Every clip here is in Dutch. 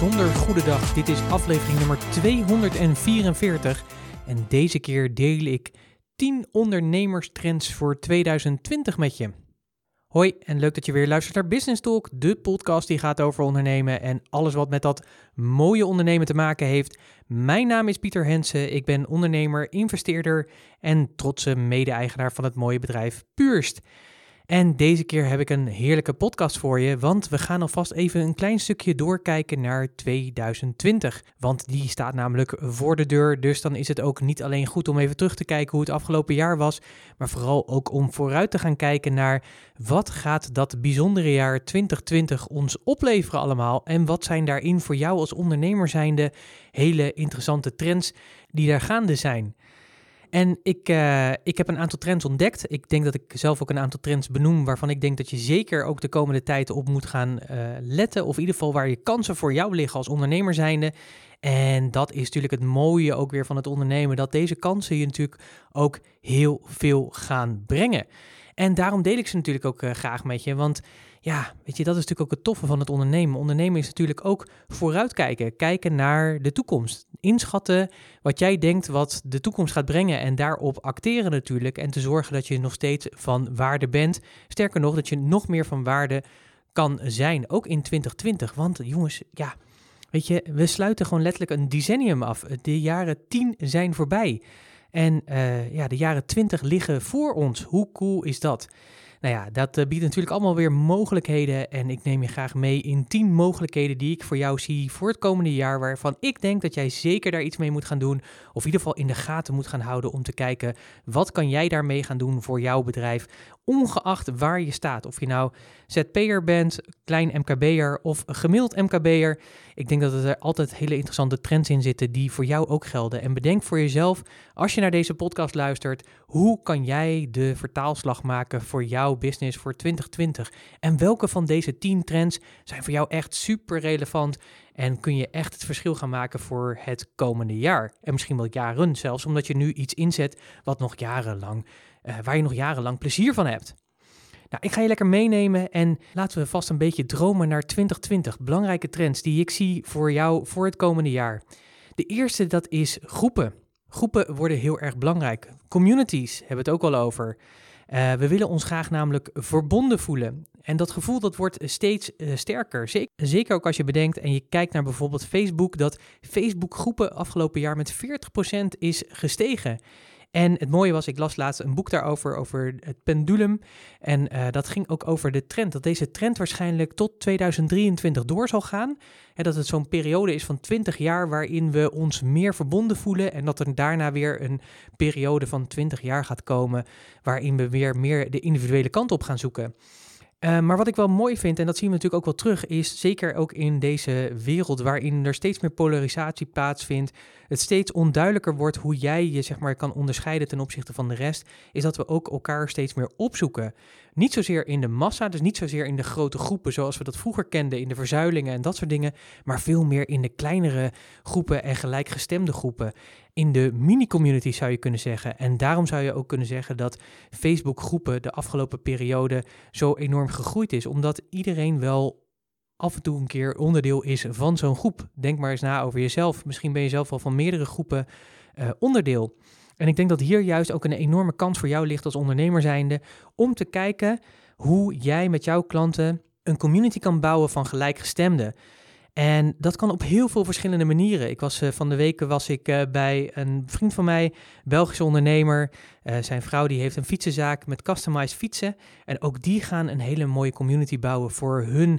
bijzonder goede dag. Dit is aflevering nummer 244 en deze keer deel ik 10 ondernemerstrends voor 2020 met je. Hoi en leuk dat je weer luistert naar Business Talk, de podcast die gaat over ondernemen en alles wat met dat mooie ondernemen te maken heeft. Mijn naam is Pieter Hensen, ik ben ondernemer, investeerder en trotse mede-eigenaar van het mooie bedrijf Purst. En deze keer heb ik een heerlijke podcast voor je, want we gaan alvast even een klein stukje doorkijken naar 2020. Want die staat namelijk voor de deur, dus dan is het ook niet alleen goed om even terug te kijken hoe het afgelopen jaar was, maar vooral ook om vooruit te gaan kijken naar wat gaat dat bijzondere jaar 2020 ons opleveren allemaal en wat zijn daarin voor jou als ondernemer zijnde hele interessante trends die daar gaande zijn. En ik heb een aantal trends ontdekt. Ik denk dat ik zelf ook een aantal trends benoem waarvan ik denk dat je zeker ook de komende tijd op moet gaan letten. Of in ieder geval waar je kansen voor jou liggen als ondernemer zijnde. En dat is natuurlijk het mooie ook weer van het ondernemen. Dat deze kansen je natuurlijk ook heel veel gaan brengen. En daarom deel ik ze natuurlijk ook graag met je. Want ja, weet je, dat is natuurlijk ook het toffe van het ondernemen. Ondernemen is natuurlijk ook vooruitkijken. Kijken naar de toekomst. Inschatten wat jij denkt wat de toekomst gaat brengen. En daarop acteren natuurlijk. En te zorgen dat je nog steeds van waarde bent. Sterker nog, dat je nog meer van waarde kan zijn. Ook in 2020. Want jongens, ja, weet je, we sluiten gewoon letterlijk een decennium af. De jaren 10 zijn voorbij. En de jaren 20 liggen voor ons. Hoe cool is dat? Nou ja, dat biedt natuurlijk allemaal weer mogelijkheden en ik neem je graag mee in 10 mogelijkheden die ik voor jou zie voor het komende jaar, waarvan ik denk dat jij zeker daar iets mee moet gaan doen, of in ieder geval in de gaten moet gaan houden om te kijken wat kan jij daarmee gaan doen voor jouw bedrijf, ongeacht waar je staat. Of je nou ZP'er bent, klein MKB'er of gemiddeld MKB'er. Ik denk dat er altijd hele interessante trends in zitten die voor jou ook gelden. En bedenk voor jezelf, als je naar deze podcast luistert, hoe kan jij de vertaalslag maken voor jouw business voor 2020? En welke van deze 10 trends zijn voor jou echt super relevant en kun je echt het verschil gaan maken voor het komende jaar? En misschien wel jaren zelfs, omdat je nu iets inzet wat nog jarenlang, waar je nog jarenlang plezier van hebt. Nou, ik ga je lekker meenemen en laten we vast een beetje dromen naar 2020. Belangrijke trends die ik zie voor jou voor het komende jaar. De eerste, dat is groepen. Groepen worden heel erg belangrijk. Communities hebben het ook al over. We willen ons graag namelijk verbonden voelen. En dat gevoel dat wordt steeds sterker. Zeker ook als je bedenkt en je kijkt naar bijvoorbeeld Facebook, dat Facebook groepen afgelopen jaar met 40% is gestegen. En het mooie was, ik las laatst een boek daarover, over het pendulum. En dat ging ook over de trend, dat deze trend waarschijnlijk tot 2023 door zal gaan. En dat het zo'n periode is van 20 jaar waarin we ons meer verbonden voelen. En dat er daarna weer een periode van 20 jaar gaat komen waarin we weer meer de individuele kant op gaan zoeken. Maar wat ik wel mooi vind, en dat zien we natuurlijk ook wel terug, is zeker ook in deze wereld waarin er steeds meer polarisatie plaatsvindt, het steeds onduidelijker wordt hoe jij je zeg maar kan onderscheiden ten opzichte van de rest, is dat we ook elkaar steeds meer opzoeken. Niet zozeer in de massa, dus niet zozeer in de grote groepen zoals we dat vroeger kenden, in de verzuilingen en dat soort dingen, maar veel meer in de kleinere groepen en gelijkgestemde groepen. In de mini-community zou je kunnen zeggen. En daarom zou je ook kunnen zeggen dat Facebook-groepen de afgelopen periode zo enorm gegroeid is. Omdat iedereen wel af en toe een keer onderdeel is van zo'n groep. Denk maar eens na over jezelf. Misschien ben je zelf al van meerdere groepen onderdeel. En ik denk dat hier juist ook een enorme kans voor jou ligt als ondernemer zijnde om te kijken hoe jij met jouw klanten een community kan bouwen van gelijkgestemden. En dat kan op heel veel verschillende manieren. Van de week was ik bij een vriend van mij, Belgische ondernemer. Zijn vrouw die heeft een fietsenzaak met customized fietsen. En ook die gaan een hele mooie community bouwen voor hun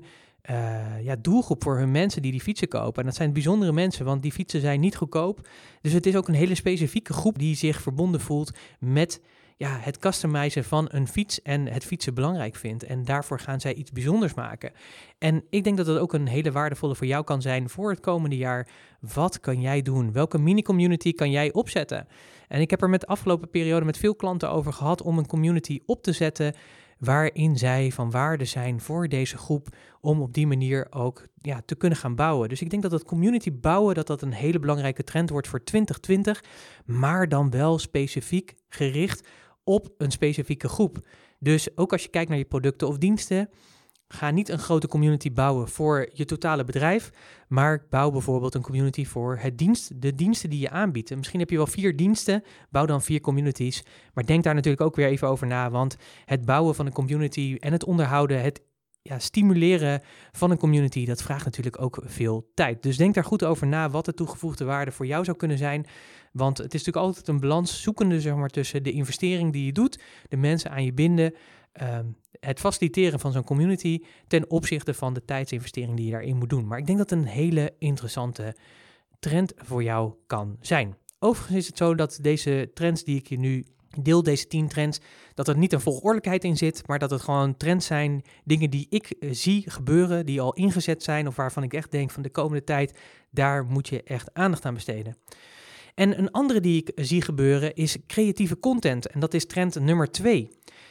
doelgroep, voor hun mensen die fietsen kopen. En dat zijn bijzondere mensen, want die fietsen zijn niet goedkoop. Dus het is ook een hele specifieke groep die zich verbonden voelt met het customizen van een fiets en het fietsen belangrijk vindt. En daarvoor gaan zij iets bijzonders maken. En ik denk dat dat ook een hele waardevolle voor jou kan zijn voor het komende jaar. Wat kan jij doen? Welke mini-community kan jij opzetten? En ik heb er met de afgelopen periode met veel klanten over gehad om een community op te zetten waarin zij van waarde zijn voor deze groep om op die manier ook te kunnen gaan bouwen. Dus ik denk dat dat community bouwen, dat een hele belangrijke trend wordt voor 2020, maar dan wel specifiek gericht op een specifieke groep. Dus ook als je kijkt naar je producten of diensten, Ga niet een grote community bouwen voor je totale bedrijf, maar bouw bijvoorbeeld een community voor de diensten die je aanbiedt. En misschien heb je wel 4 diensten, bouw dan 4 communities. Maar denk daar natuurlijk ook weer even over na, want het bouwen van een community en het onderhouden, het stimuleren van een community, dat vraagt natuurlijk ook veel tijd. Dus denk daar goed over na wat de toegevoegde waarde voor jou zou kunnen zijn. Want het is natuurlijk altijd een balans zoekende, zeg maar, tussen de investering die je doet, de mensen aan je binden, het faciliteren van zo'n community ten opzichte van de tijdsinvestering die je daarin moet doen. Maar ik denk dat het een hele interessante trend voor jou kan zijn. Overigens is het zo dat deze trends die ik je nu deel, deze 10 trends, dat er niet een volgordelijkheid in zit, maar dat het gewoon trends zijn, dingen die ik zie gebeuren, die al ingezet zijn of waarvan ik echt denk van de komende tijd, daar moet je echt aandacht aan besteden. En een andere die ik zie gebeuren is creatieve content en dat is trend nummer 2.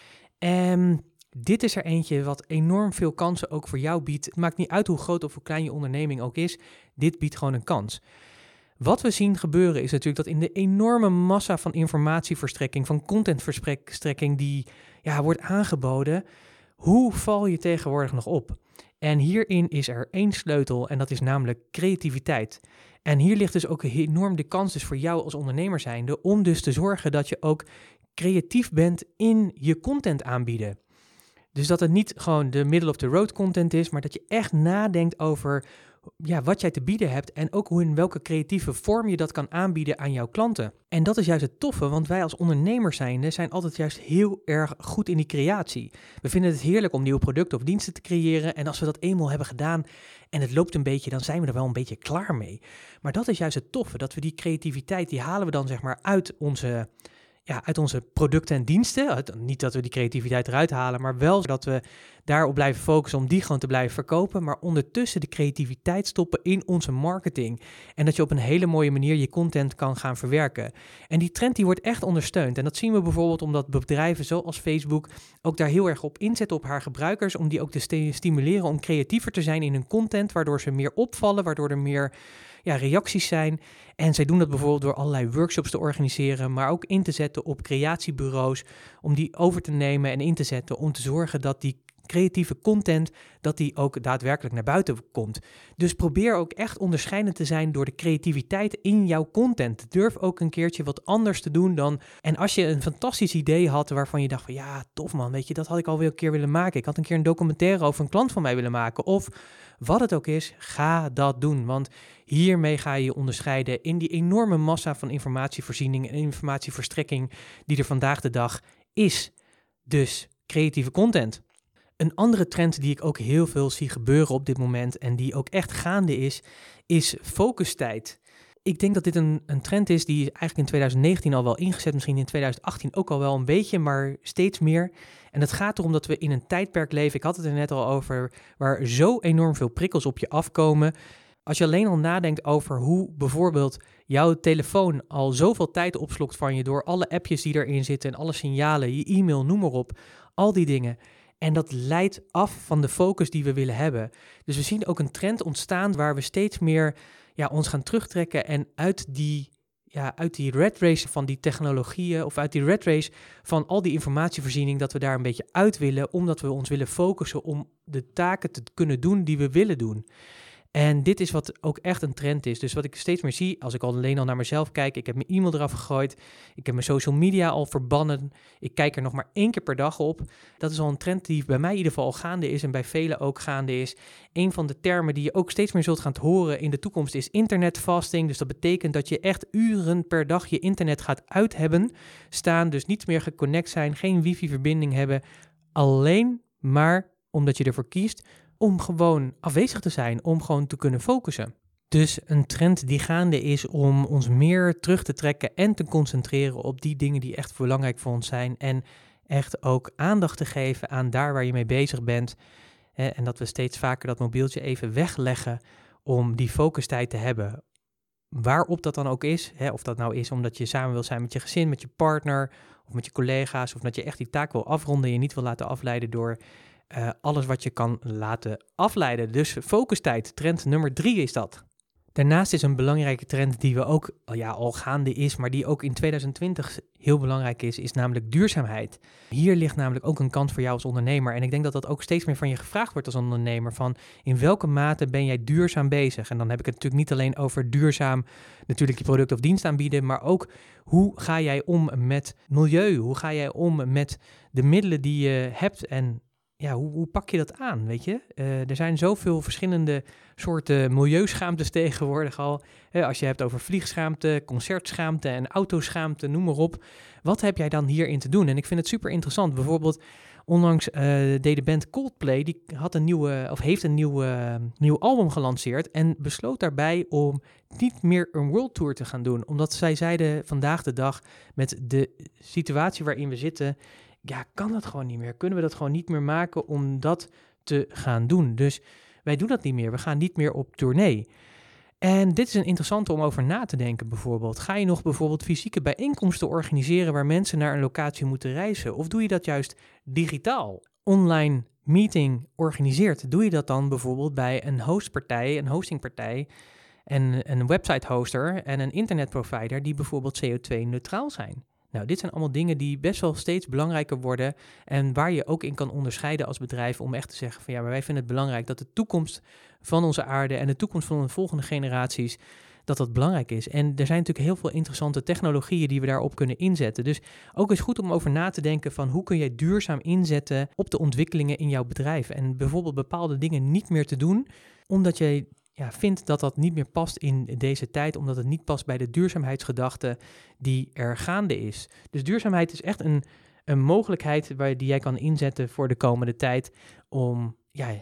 Dit is er eentje wat enorm veel kansen ook voor jou biedt. Het maakt niet uit hoe groot of hoe klein je onderneming ook is. Dit biedt gewoon een kans. Wat we zien gebeuren is natuurlijk dat in de enorme massa van informatieverstrekking, van contentverstrekking die wordt aangeboden, hoe val je tegenwoordig nog op? En hierin is er 1 sleutel en dat is namelijk creativiteit. En hier ligt dus ook enorm de kans dus voor jou als ondernemer zijnde om dus te zorgen dat je ook creatief bent in je content aanbieden. Dus dat het niet gewoon de middle-of-the-road content is, maar dat je echt nadenkt over wat jij te bieden hebt en ook hoe in welke creatieve vorm je dat kan aanbieden aan jouw klanten. En dat is juist het toffe, want wij als ondernemers zijnde zijn altijd juist heel erg goed in die creatie. We vinden het heerlijk om nieuwe producten of diensten te creëren en als we dat eenmaal hebben gedaan en het loopt een beetje, dan zijn we er wel een beetje klaar mee. Maar dat is juist het toffe, dat we die creativiteit, die halen we dan zeg maar uit onze producten en diensten. Niet dat we die creativiteit eruit halen, maar wel dat we daarop blijven focussen om die gewoon te blijven verkopen, maar ondertussen de creativiteit stoppen in onze marketing. En dat je op een hele mooie manier je content kan gaan verwerken. En die trend die wordt echt ondersteund. En dat zien we bijvoorbeeld omdat bedrijven zoals Facebook ook daar heel erg op inzetten op haar gebruikers, om die ook te stimuleren om creatiever te zijn in hun content, waardoor ze meer opvallen, waardoor er meer reacties zijn. En zij doen dat bijvoorbeeld door allerlei workshops te organiseren, maar ook in te zetten op creatiebureaus, om die over te nemen en in te zetten om te zorgen dat die creatieve content, dat die ook daadwerkelijk naar buiten komt. Dus probeer ook echt onderscheidend te zijn door de creativiteit in jouw content. Durf ook een keertje wat anders te doen dan. En als je een fantastisch idee had waarvan je dacht van tof man, weet je, dat had ik alweer een keer willen maken. Ik had een keer een documentaire over een klant van mij willen maken. Of wat het ook is, ga dat doen. Want hiermee ga je je onderscheiden in die enorme massa van informatievoorziening en informatieverstrekking die er vandaag de dag is. Dus creatieve content. Een andere trend die ik ook heel veel zie gebeuren op dit moment en die ook echt gaande is focustijd. Ik denk dat dit een trend is die eigenlijk in 2019 al wel ingezet, misschien in 2018 ook al wel een beetje, maar steeds meer. En het gaat erom dat we in een tijdperk leven, ik had het er net al over, waar zo enorm veel prikkels op je afkomen. Als je alleen al nadenkt over hoe bijvoorbeeld jouw telefoon al zoveel tijd opslokt van je door alle appjes die erin zitten en alle signalen, je e-mail, noem maar op, al die dingen. En dat leidt af van de focus die we willen hebben. Dus we zien ook een trend ontstaan waar we steeds meer ons gaan terugtrekken en uit die rat race van die technologieën of uit die rat race van al die informatievoorziening, dat we daar een beetje uit willen, omdat we ons willen focussen om de taken te kunnen doen die we willen doen. En dit is wat ook echt een trend is. Dus wat ik steeds meer zie, als ik alleen al naar mezelf kijk, ik heb mijn e-mail eraf gegooid, ik heb mijn social media al verbannen, ik kijk er nog maar 1 keer per dag op. Dat is al een trend die bij mij in ieder geval al gaande is en bij velen ook gaande is. Een van de termen die je ook steeds meer zult gaan horen in de toekomst is internetfasting. Dus dat betekent dat je echt uren per dag je internet gaat uit hebben staan, dus niet meer geconnect zijn, geen wifi-verbinding hebben, alleen maar omdat je ervoor kiest om gewoon afwezig te zijn, om gewoon te kunnen focussen. Dus een trend die gaande is om ons meer terug te trekken en te concentreren op die dingen die echt belangrijk voor ons zijn en echt ook aandacht te geven aan daar waar je mee bezig bent. En dat we steeds vaker dat mobieltje even wegleggen om die focustijd te hebben. Waarop dat dan ook is, of dat nou is omdat je samen wil zijn met je gezin, met je partner of met je collega's, of dat je echt die taak wil afronden en je niet wil laten afleiden door alles wat je kan laten afleiden. Dus focustijd, trend nummer 3 is dat. Daarnaast is een belangrijke trend die we ook al gaande is, maar die ook in 2020 heel belangrijk is namelijk duurzaamheid. Hier ligt namelijk ook een kans voor jou als ondernemer. En ik denk dat dat ook steeds meer van je gevraagd wordt als ondernemer. Van in welke mate ben jij duurzaam bezig? En dan heb ik het natuurlijk niet alleen over duurzaam natuurlijk je product of dienst aanbieden, maar ook hoe ga jij om met milieu? Hoe ga jij om met de middelen die je hebt en hoe pak je dat aan, weet je? Er zijn zoveel verschillende soorten milieuschaamtes tegenwoordig al. Als je hebt over vliegschaamte, concertschaamte en autoschaamte, noem maar op. Wat heb jij dan hierin te doen? En ik vind het super interessant. Bijvoorbeeld, onlangs deed de band Coldplay, die heeft een nieuw album gelanceerd en besloot daarbij om niet meer een world tour te gaan doen. Omdat zij zeiden vandaag de dag met de situatie waarin we zitten, kan dat gewoon niet meer. Kunnen we dat gewoon niet meer maken om dat te gaan doen? Dus wij doen dat niet meer. We gaan niet meer op tournee. En dit is een interessante om over na te denken bijvoorbeeld. Ga je nog bijvoorbeeld fysieke bijeenkomsten organiseren waar mensen naar een locatie moeten reizen? Of doe je dat juist digitaal? Online meeting organiseert. Doe je dat dan bijvoorbeeld bij een hostingpartij en een website hoster en een internetprovider die bijvoorbeeld CO2-neutraal zijn? Nou, dit zijn allemaal dingen die best wel steeds belangrijker worden en waar je ook in kan onderscheiden als bedrijf om echt te zeggen van maar wij vinden het belangrijk dat de toekomst van onze aarde en de toekomst van de volgende generaties, dat belangrijk is. En er zijn natuurlijk heel veel interessante technologieën die we daarop kunnen inzetten. Dus ook is goed om over na te denken van hoe kun jij duurzaam inzetten op de ontwikkelingen in jouw bedrijf en bijvoorbeeld bepaalde dingen niet meer te doen, omdat je vindt dat dat niet meer past in deze tijd, omdat het niet past bij de duurzaamheidsgedachte die er gaande is. Dus duurzaamheid is echt een mogelijkheid die jij kan inzetten voor de komende tijd om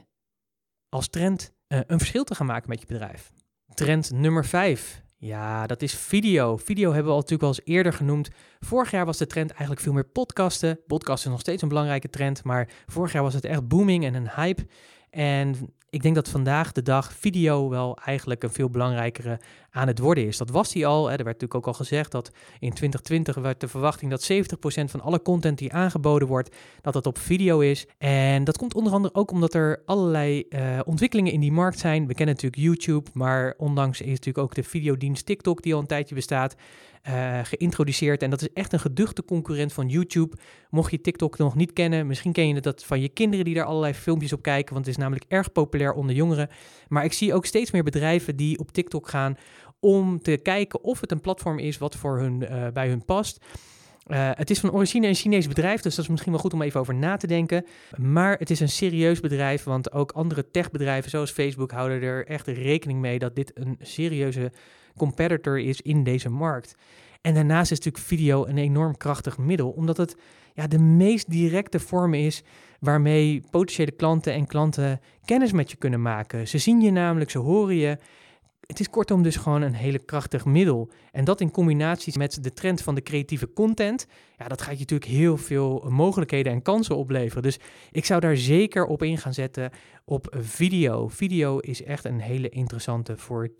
als trend een verschil te gaan maken met je bedrijf. Trend nummer 5. Ja, dat is video. Video hebben we natuurlijk al eens eerder genoemd. Vorig jaar was de trend eigenlijk veel meer podcasten. Podcasten is nog steeds een belangrijke trend, maar vorig jaar was het echt booming en een hype. En ik denk dat vandaag de dag video wel eigenlijk een veel belangrijkere aan het worden is. Dat was die al. Er werd natuurlijk ook al gezegd dat in 2020 werd de verwachting dat 70% van alle content die aangeboden wordt, dat dat op video is. En dat komt onder andere ook omdat er allerlei ontwikkelingen in die markt zijn. We kennen natuurlijk YouTube, maar onlangs is natuurlijk ook de videodienst TikTok, die al een tijdje bestaat, geïntroduceerd. En dat is echt een geduchte concurrent van YouTube. Mocht je TikTok nog niet kennen, misschien ken je dat van je kinderen die daar allerlei filmpjes op kijken, want het is namelijk erg populair onder jongeren. Maar ik zie ook steeds meer bedrijven die op TikTok gaan om te kijken of het een platform is wat voor bij hun past. Het is van origine een Chinees bedrijf, dus dat is misschien wel goed om even over na te denken. Maar het is een serieus bedrijf, want ook andere techbedrijven zoals Facebook houden er echt rekening mee dat dit een serieuze competitor is in deze markt. En daarnaast is natuurlijk video een enorm krachtig middel, omdat het de meest directe vorm is waarmee potentiële klanten en klanten kennis met je kunnen maken. Ze zien je namelijk, ze horen je. Het is kortom dus gewoon een hele krachtig middel. En dat in combinatie met de trend van de creatieve content, dat gaat je natuurlijk heel veel mogelijkheden en kansen opleveren. Dus ik zou daar zeker op in gaan zetten op video. Video is echt een hele interessante voor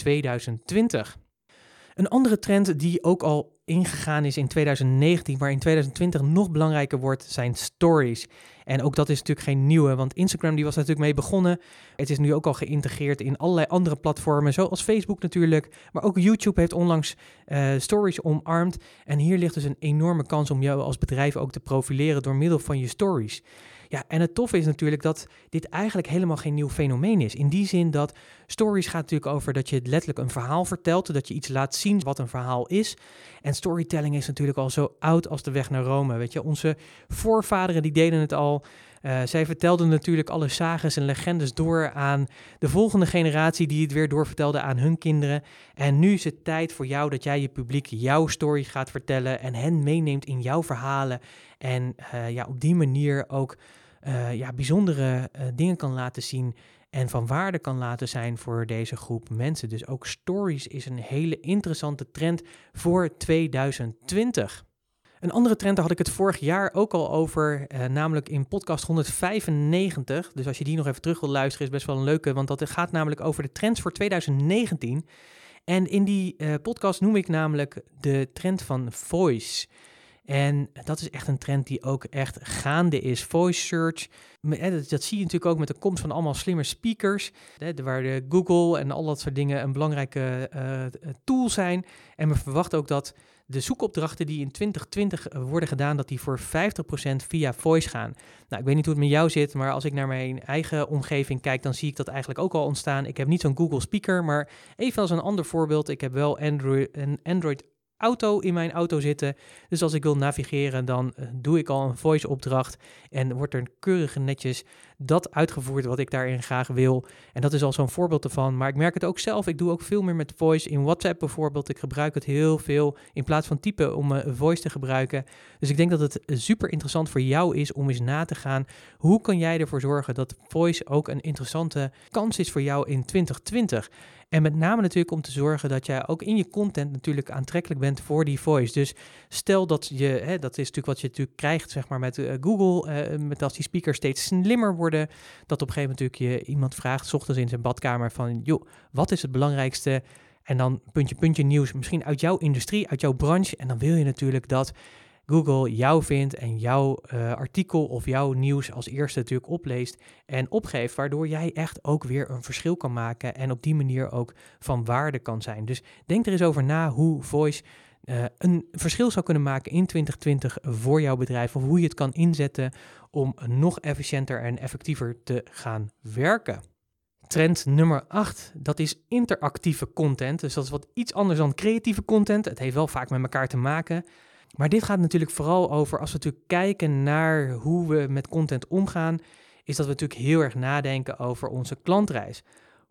2020. Een andere trend die ook al ingegaan is in 2019, maar in 2020 nog belangrijker wordt, zijn stories. En ook dat is natuurlijk geen nieuwe, want Instagram die was natuurlijk mee begonnen. Het is nu ook al geïntegreerd in allerlei andere platformen, zoals Facebook natuurlijk. Maar ook YouTube heeft onlangs stories omarmd. En hier ligt dus een enorme kans om jou als bedrijf ook te profileren door middel van je stories. Ja, en het toffe is natuurlijk dat dit eigenlijk helemaal geen nieuw fenomeen is. In die zin dat stories gaat natuurlijk over dat je letterlijk een verhaal vertelt, dat je iets laat zien wat een verhaal is. En storytelling is natuurlijk al zo oud als de weg naar Rome. Weet je, onze voorvaderen die deden het al. Zij vertelden natuurlijk alle sages en legendes door aan de volgende generatie die het weer doorvertelde aan hun kinderen. En nu is het tijd voor jou dat jij je publiek jouw story gaat vertellen en hen meeneemt in jouw verhalen. En op die manier ook bijzondere dingen kan laten zien en van waarde kan laten zijn voor deze groep mensen. Dus ook stories is een hele interessante trend voor 2020. Een andere trend, daar had ik het vorig jaar ook al over, namelijk in podcast 195. Dus als je die nog even terug wil luisteren, is best wel een leuke, want dat gaat namelijk over de trends voor 2019. En in die podcast noem ik namelijk de trend van voice. En dat is echt een trend die ook echt gaande is. Voice search, dat zie je natuurlijk ook met de komst van allemaal slimme speakers, waar de Google en al dat soort dingen een belangrijke tool zijn. En we verwachten ook dat de zoekopdrachten die in 2020 worden gedaan, dat die voor 50% via voice gaan. Nou, ik weet niet hoe het met jou zit, maar als ik naar mijn eigen omgeving kijk, dan zie ik dat eigenlijk ook al ontstaan. Ik heb niet zo'n Google speaker, maar even als een ander voorbeeld, ik heb wel een Android Auto in mijn auto zitten. Dus als ik wil navigeren, dan doe ik al een voice opdracht en wordt er keurig netjes dat uitgevoerd wat ik daarin graag wil. En dat is al zo'n voorbeeld ervan. Maar ik merk het ook zelf. Ik doe ook veel meer met voice in WhatsApp bijvoorbeeld. Ik gebruik het heel veel in plaats van typen om voice te gebruiken. Dus ik denk dat het super interessant voor jou is om eens na te gaan. Hoe kan jij ervoor zorgen dat voice ook een interessante kans is voor jou in 2020? En met name natuurlijk om te zorgen dat jij ook in je content natuurlijk aantrekkelijk bent voor die voice. Dus stel dat je, dat is natuurlijk wat je natuurlijk krijgt zeg maar met Google, met als die speakers steeds slimmer worden, dat op een gegeven moment natuurlijk je iemand vraagt, 's ochtends in zijn badkamer van, joh, wat is het belangrijkste? En dan puntje nieuws, misschien uit jouw industrie, uit jouw branche. En dan wil je natuurlijk dat Google jou vindt en jouw artikel of jouw nieuws als eerste natuurlijk opleest en opgeeft, waardoor jij echt ook weer een verschil kan maken en op die manier ook van waarde kan zijn. Dus denk er eens over na hoe voice een verschil zou kunnen maken in 2020 voor jouw bedrijf, of hoe je het kan inzetten om nog efficiënter en effectiever te gaan werken. Trend nummer 8, dat is interactieve content. Dus dat is wat iets anders dan creatieve content. Het heeft wel vaak met elkaar te maken. Maar dit gaat natuurlijk vooral over, als we natuurlijk kijken naar hoe we met content omgaan, is dat we natuurlijk heel erg nadenken over onze klantreis.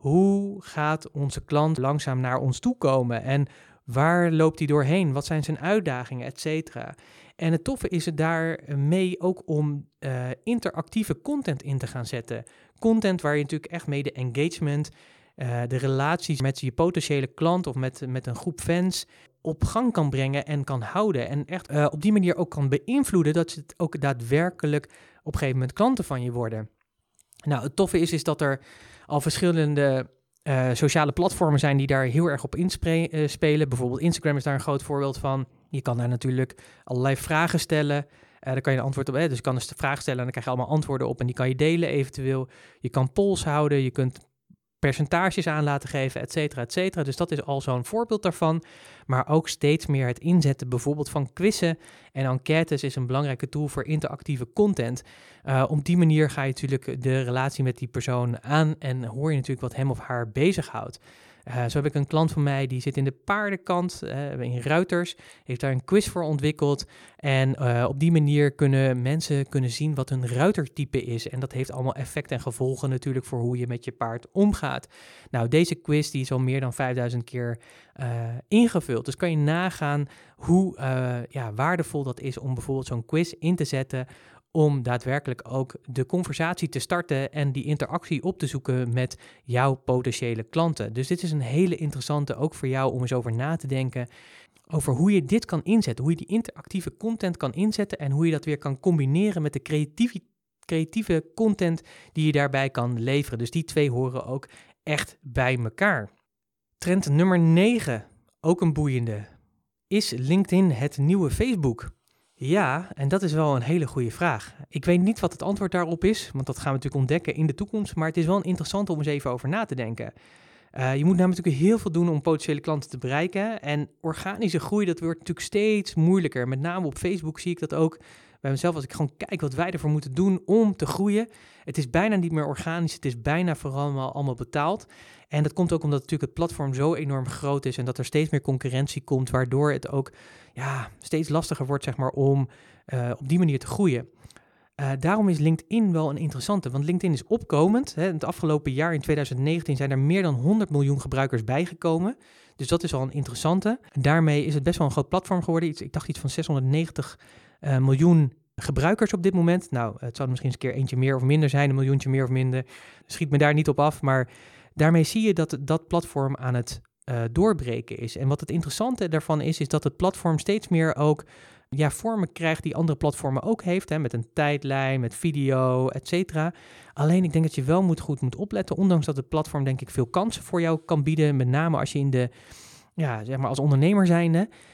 Hoe gaat onze klant langzaam naar ons toe komen en waar loopt hij doorheen? Wat zijn zijn uitdagingen, et cetera? En het toffe is het daarmee ook om interactieve content in te gaan zetten. Content waar je natuurlijk echt mee de engagement, de relaties met je potentiële klant of met een groep fans op gang kan brengen en kan houden. En echt op die manier ook kan beïnvloeden dat het ook daadwerkelijk op een gegeven moment klanten van je worden. Nou, het toffe is dat er al verschillende sociale platformen zijn die daar heel erg op inspelen. Bijvoorbeeld Instagram is daar een groot voorbeeld van. Je kan daar natuurlijk allerlei vragen stellen. Daar kan je een antwoord op. Dus je kan dus de vraag stellen en dan krijg je allemaal antwoorden op. En die kan je delen eventueel. Je kan polls houden. Je kunt percentages aan laten geven, et cetera, et cetera. Dus dat is al zo'n voorbeeld daarvan. Maar ook steeds meer het inzetten bijvoorbeeld van quizzen en enquêtes is een belangrijke tool voor interactieve content. Op die manier ga je natuurlijk de relatie met die persoon aan en hoor je natuurlijk wat hem of haar bezighoudt. Zo heb ik een klant van mij die zit in de paardenkant, in Ruiters, heeft daar een quiz voor ontwikkeld. En op die manier kunnen mensen zien wat hun ruitertype is. En dat heeft allemaal effect en gevolgen natuurlijk voor hoe je met je paard omgaat. Nou, deze quiz die is al meer dan 5000 keer ingevuld. Dus kan je nagaan hoe waardevol dat is om bijvoorbeeld zo'n quiz in te zetten om daadwerkelijk ook de conversatie te starten en die interactie op te zoeken met jouw potentiële klanten. Dus dit is een hele interessante, ook voor jou om eens over na te denken, over hoe je dit kan inzetten, hoe je die interactieve content kan inzetten en hoe je dat weer kan combineren met de creatieve content die je daarbij kan leveren. Dus die twee horen ook echt bij elkaar. Trend nummer 9, ook een boeiende. Is LinkedIn het nieuwe Facebook? Ja, en dat is wel een hele goede vraag. Ik weet niet wat het antwoord daarop is, want dat gaan we natuurlijk ontdekken in de toekomst, maar het is wel een interessante om eens even over na te denken. Je moet namelijk heel veel doen om potentiële klanten te bereiken en organische groei, dat wordt natuurlijk steeds moeilijker. Met name op Facebook zie ik dat ook bij mezelf, als ik gewoon kijk wat wij ervoor moeten doen om te groeien. Het is bijna niet meer organisch, het is bijna vooral allemaal betaald. En dat komt ook omdat natuurlijk het platform zo enorm groot is en dat er steeds meer concurrentie komt, waardoor het ook steeds lastiger wordt zeg maar, om op die manier te groeien. Daarom is LinkedIn wel een interessante, want LinkedIn is opkomend. Hè. Het afgelopen jaar in 2019 zijn er meer dan 100 miljoen gebruikers bijgekomen. Dus dat is al een interessante. Daarmee is het best wel een groot platform geworden. Ik dacht iets van 690 miljoen gebruikers op dit moment. Nou, het zou misschien eens een keer eentje meer of minder zijn, een miljoentje meer of minder. Schiet me daar niet op af, maar daarmee zie je dat dat platform aan het doorbreken is. En wat het interessante daarvan is dat het platform steeds meer ook vormen krijgt die andere platformen ook heeft, hè, met een tijdlijn, met video, et cetera. Alleen ik denk dat je wel goed moet opletten, ondanks dat het platform denk ik veel kansen voor jou kan bieden, met name als je in de, als ondernemer zijnde.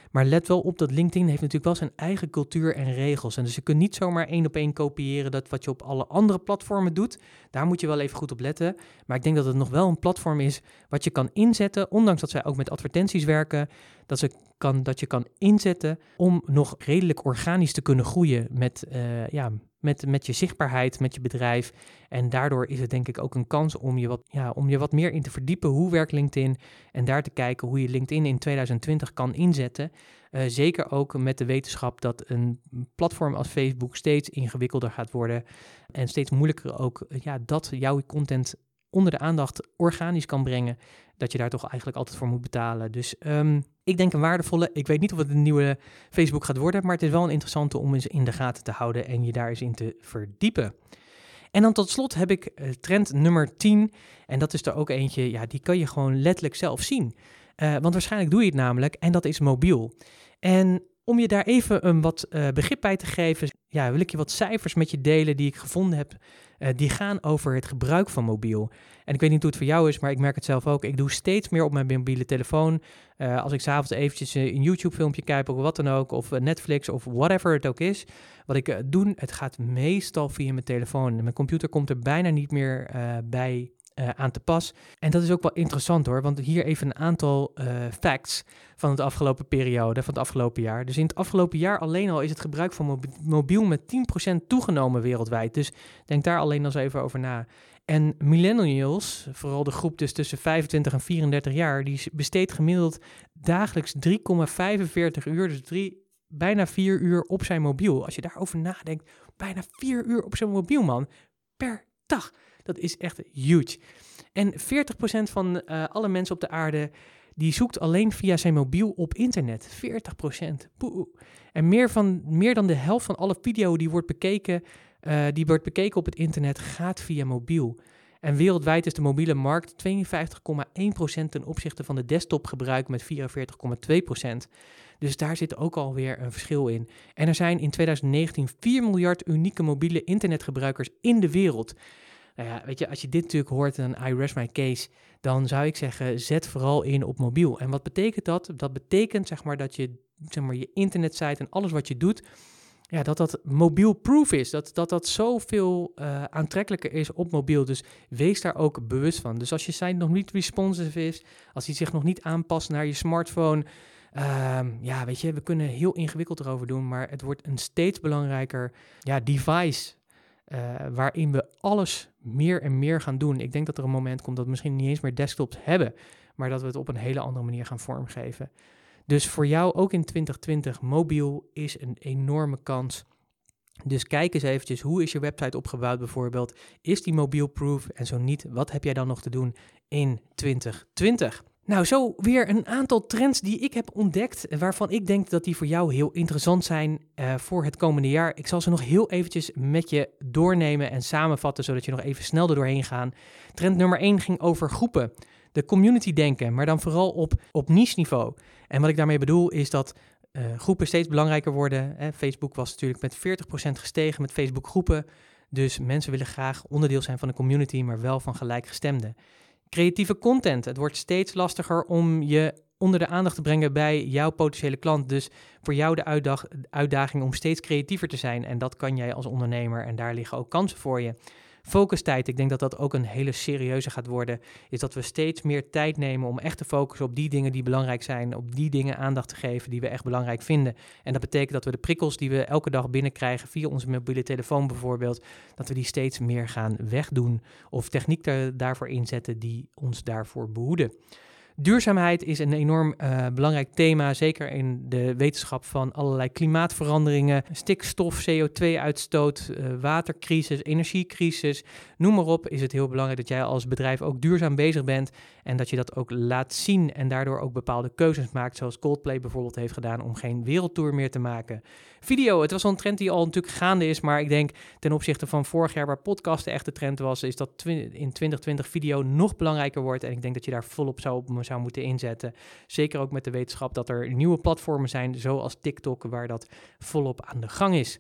Maar let wel op dat LinkedIn heeft natuurlijk wel zijn eigen cultuur en regels. En dus je kunt niet zomaar 1 op 1 kopiëren dat wat je op alle andere platformen doet. Daar moet je wel even goed op letten. Maar ik denk dat het nog wel een platform is wat je kan inzetten, ondanks dat zij ook met advertenties werken, dat je kan inzetten om nog redelijk organisch te kunnen groeien met je zichtbaarheid, met je bedrijf. En daardoor is het denk ik ook een kans om je wat meer in te verdiepen. Hoe werkt LinkedIn? En daar te kijken hoe je LinkedIn in 2020 kan inzetten. Zeker ook met de wetenschap dat een platform als Facebook steeds ingewikkelder gaat worden. En steeds moeilijker ook dat jouw content onder de aandacht organisch kan brengen. Dat je daar toch eigenlijk altijd voor moet betalen. Dus ik denk een waardevolle. Ik weet niet of het een nieuwe Facebook gaat worden, maar het is wel een interessante om eens in de gaten te houden en je daar eens in te verdiepen. En dan tot slot heb ik trend nummer 10. En dat is er ook eentje, die kan je gewoon letterlijk zelf zien. Want waarschijnlijk doe je het namelijk en dat is mobiel. En om je daar even een wat begrip bij te geven, wil ik je wat cijfers met je delen die ik gevonden heb. Die gaan over het gebruik van mobiel. En ik weet niet hoe het voor jou is, maar ik merk het zelf ook. Ik doe steeds meer op mijn mobiele telefoon. Als ik 's avonds eventjes een YouTube-filmpje kijk of wat dan ook, of Netflix of whatever het ook is. Wat ik doe, het gaat meestal via mijn telefoon. Mijn computer komt er bijna niet meer bij aan te pas. En dat is ook wel interessant hoor, want hier even een aantal facts van de afgelopen periode, van het afgelopen jaar. Dus in het afgelopen jaar alleen al is het gebruik van mobiel met 10% toegenomen wereldwijd. Dus denk daar alleen al eens even over na. En millennials, vooral de groep dus tussen 25 en 34 jaar, die besteedt gemiddeld dagelijks 3,45 uur, dus bijna 4 uur op zijn mobiel. Als je daarover nadenkt, bijna 4 uur op zijn mobiel, man, per dag. Dat is echt huge. En 40% van alle mensen op de aarde, die zoekt alleen via zijn mobiel op internet. 40%. Boe. En meer dan de helft van alle video die wordt bekeken op het internet, gaat via mobiel. En wereldwijd is de mobiele markt 52,1% ten opzichte van de desktopgebruik met 44,2%. Dus daar zit ook alweer een verschil in. En er zijn in 2019 4 miljard unieke mobiele internetgebruikers in de wereld. Nou ja, weet je, als je dit natuurlijk hoort en I rest my case, dan zou ik zeggen, zet vooral in op mobiel. En wat betekent dat? Dat betekent dat je internetsite en alles wat je doet, dat mobiel-proof is. Dat zoveel aantrekkelijker is op mobiel. Dus wees daar ook bewust van. Dus als je site nog niet responsive is, als die zich nog niet aanpast naar je smartphone, weet je, we kunnen heel ingewikkeld erover doen, maar het wordt een steeds belangrijker device waarin we alles meer en meer gaan doen. Ik denk dat er een moment komt dat we misschien niet eens meer desktops hebben, maar dat we het op een hele andere manier gaan vormgeven. Dus voor jou ook in 2020, mobiel is een enorme kans. Dus kijk eens eventjes, hoe is je website opgebouwd bijvoorbeeld? Is die mobiel-proof? En zo niet, wat heb jij dan nog te doen in 2020? Nou, zo weer een aantal trends die ik heb ontdekt, waarvan ik denk dat die voor jou heel interessant zijn voor het komende jaar. Ik zal ze nog heel eventjes met je doornemen en samenvatten, zodat je nog even snel er doorheen gaat. Trend nummer 1 ging over groepen. De community denken, maar dan vooral op niche niveau. En wat ik daarmee bedoel is dat groepen steeds belangrijker worden. Facebook was natuurlijk met 40% gestegen met Facebook groepen. Dus mensen willen graag onderdeel zijn van de community, maar wel van gelijkgestemden. Creatieve content. Het wordt steeds lastiger om je onder de aandacht te brengen bij jouw potentiële klant. Dus voor jou de uitdaging om steeds creatiever te zijn. En dat kan jij als ondernemer en daar liggen ook kansen voor je. Focustijd, ik denk dat dat ook een hele serieuze gaat worden, is dat we steeds meer tijd nemen om echt te focussen op die dingen die belangrijk zijn, op die dingen aandacht te geven die we echt belangrijk vinden. En dat betekent dat we de prikkels die we elke dag binnenkrijgen via onze mobiele telefoon bijvoorbeeld, dat we die steeds meer gaan wegdoen of techniek daarvoor inzetten die ons daarvoor behoeden. Duurzaamheid is een enorm belangrijk thema, zeker in de wetenschap van allerlei klimaatveranderingen, stikstof, CO2-uitstoot, watercrisis, energiecrisis, noem maar op, is het heel belangrijk dat jij als bedrijf ook duurzaam bezig bent en dat je dat ook laat zien en daardoor ook bepaalde keuzes maakt, zoals Coldplay bijvoorbeeld heeft gedaan om geen wereldtour meer te maken. Video, het was al een trend die al natuurlijk gaande is, maar ik denk ten opzichte van vorig jaar waar podcasten echt de trend was, is dat in 2020 video nog belangrijker wordt en ik denk dat je daar volop zou moeten inzetten. Zeker ook met de wetenschap dat er nieuwe platformen zijn, zoals TikTok, waar dat volop aan de gang is.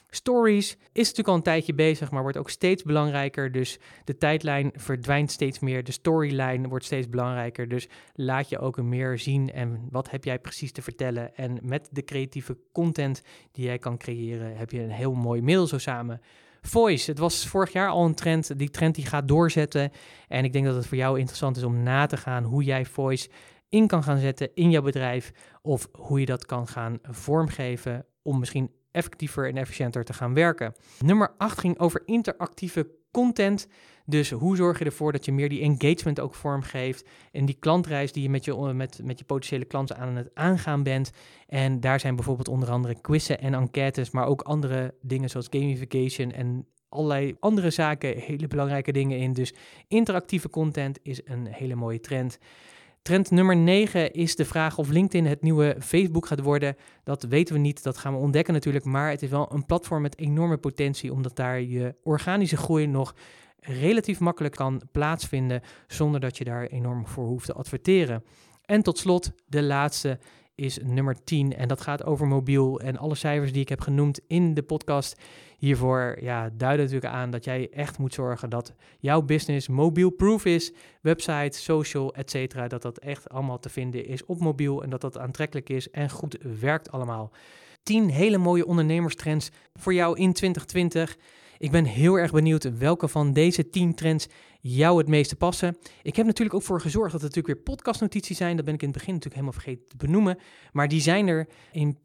Stories is natuurlijk al een tijdje bezig, maar wordt ook steeds belangrijker. Dus de tijdlijn verdwijnt steeds meer. De storyline wordt steeds belangrijker. Dus laat je ook meer zien en wat heb jij precies te vertellen. En met de creatieve content die jij kan creëren, heb je een heel mooi middel zo samen. Voice, het was vorig jaar al een trend. Die trend die gaat doorzetten. En ik denk dat het voor jou interessant is om na te gaan hoe jij voice in kan gaan zetten in jouw bedrijf. Of hoe je dat kan gaan vormgeven om misschien effectiever en efficiënter te gaan werken. Nummer 8 ging over interactieve content. Dus hoe zorg je ervoor dat je meer die engagement ook vormgeeft en die klantreis die je met je potentiële klanten aan het aangaan bent. En daar zijn bijvoorbeeld onder andere quizzen en enquêtes, maar ook andere dingen zoals gamification en allerlei andere zaken, hele belangrijke dingen in. Dus interactieve content is een hele mooie trend. Trend nummer 9 is de vraag of LinkedIn het nieuwe Facebook gaat worden. Dat weten we niet, dat gaan we ontdekken natuurlijk. Maar het is wel een platform met enorme potentie, omdat daar je organische groei nog relatief makkelijk kan plaatsvinden, zonder dat je daar enorm voor hoeft te adverteren. En tot slot, de laatste is nummer 10 en dat gaat over mobiel. En alle cijfers die ik heb genoemd in de podcast hiervoor duiden natuurlijk aan dat jij echt moet zorgen dat jouw business mobiel-proof is. Website, social, etc. Dat echt allemaal te vinden is op mobiel en dat aantrekkelijk is en goed werkt allemaal. 10 hele mooie ondernemerstrends voor jou in 2020. Ik ben heel erg benieuwd welke van deze 10 trends jou het meeste passen. Ik heb natuurlijk ook voor gezorgd dat er natuurlijk weer podcastnotities zijn. Dat ben ik in het begin natuurlijk helemaal vergeten te benoemen. Maar die zijn er in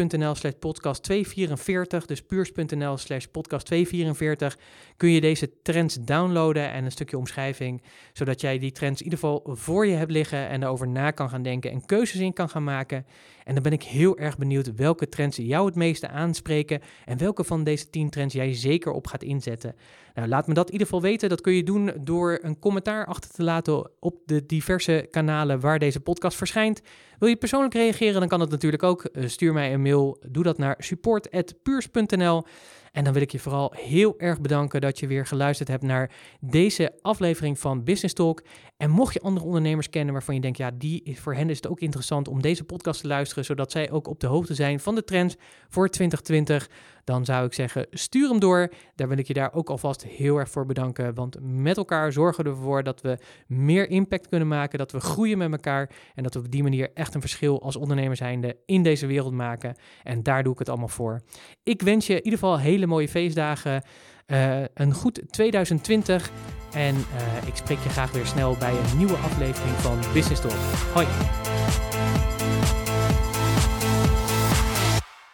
puurs.nl/podcast244. Dus puurs.nl/podcast244 kun je deze trends downloaden en een stukje omschrijving. Zodat jij die trends in ieder geval voor je hebt liggen en daarover na kan gaan denken en keuzes in kan gaan maken. En dan ben ik heel erg benieuwd welke trends jou het meeste aanspreken en welke van deze 10 trends jij zeker op gaat inzetten. Nou, laat me dat in ieder geval weten. Dat kun je doen door een commentaar achter te laten op de diverse kanalen waar deze podcast verschijnt. Wil je persoonlijk reageren, dan kan dat natuurlijk ook. Stuur mij een mail. Doe dat naar support@puurs.nl. En dan wil ik je vooral heel erg bedanken dat je weer geluisterd hebt naar deze aflevering van Business Talk. En mocht je andere ondernemers kennen waarvan je denkt, voor hen is het ook interessant om deze podcast te luisteren, zodat zij ook op de hoogte zijn van de trends voor 2020, dan zou ik zeggen, stuur hem door. Daar wil ik je daar ook alvast heel erg voor bedanken, want met elkaar zorgen we ervoor dat we meer impact kunnen maken, dat we groeien met elkaar en dat we op die manier echt een verschil als ondernemer zijnde in deze wereld maken. En daar doe ik het allemaal voor. Ik wens je in ieder geval hele mooie feestdagen, een goed 2020 en ik spreek je graag weer snel bij een nieuwe aflevering van Business Talk. Hoi!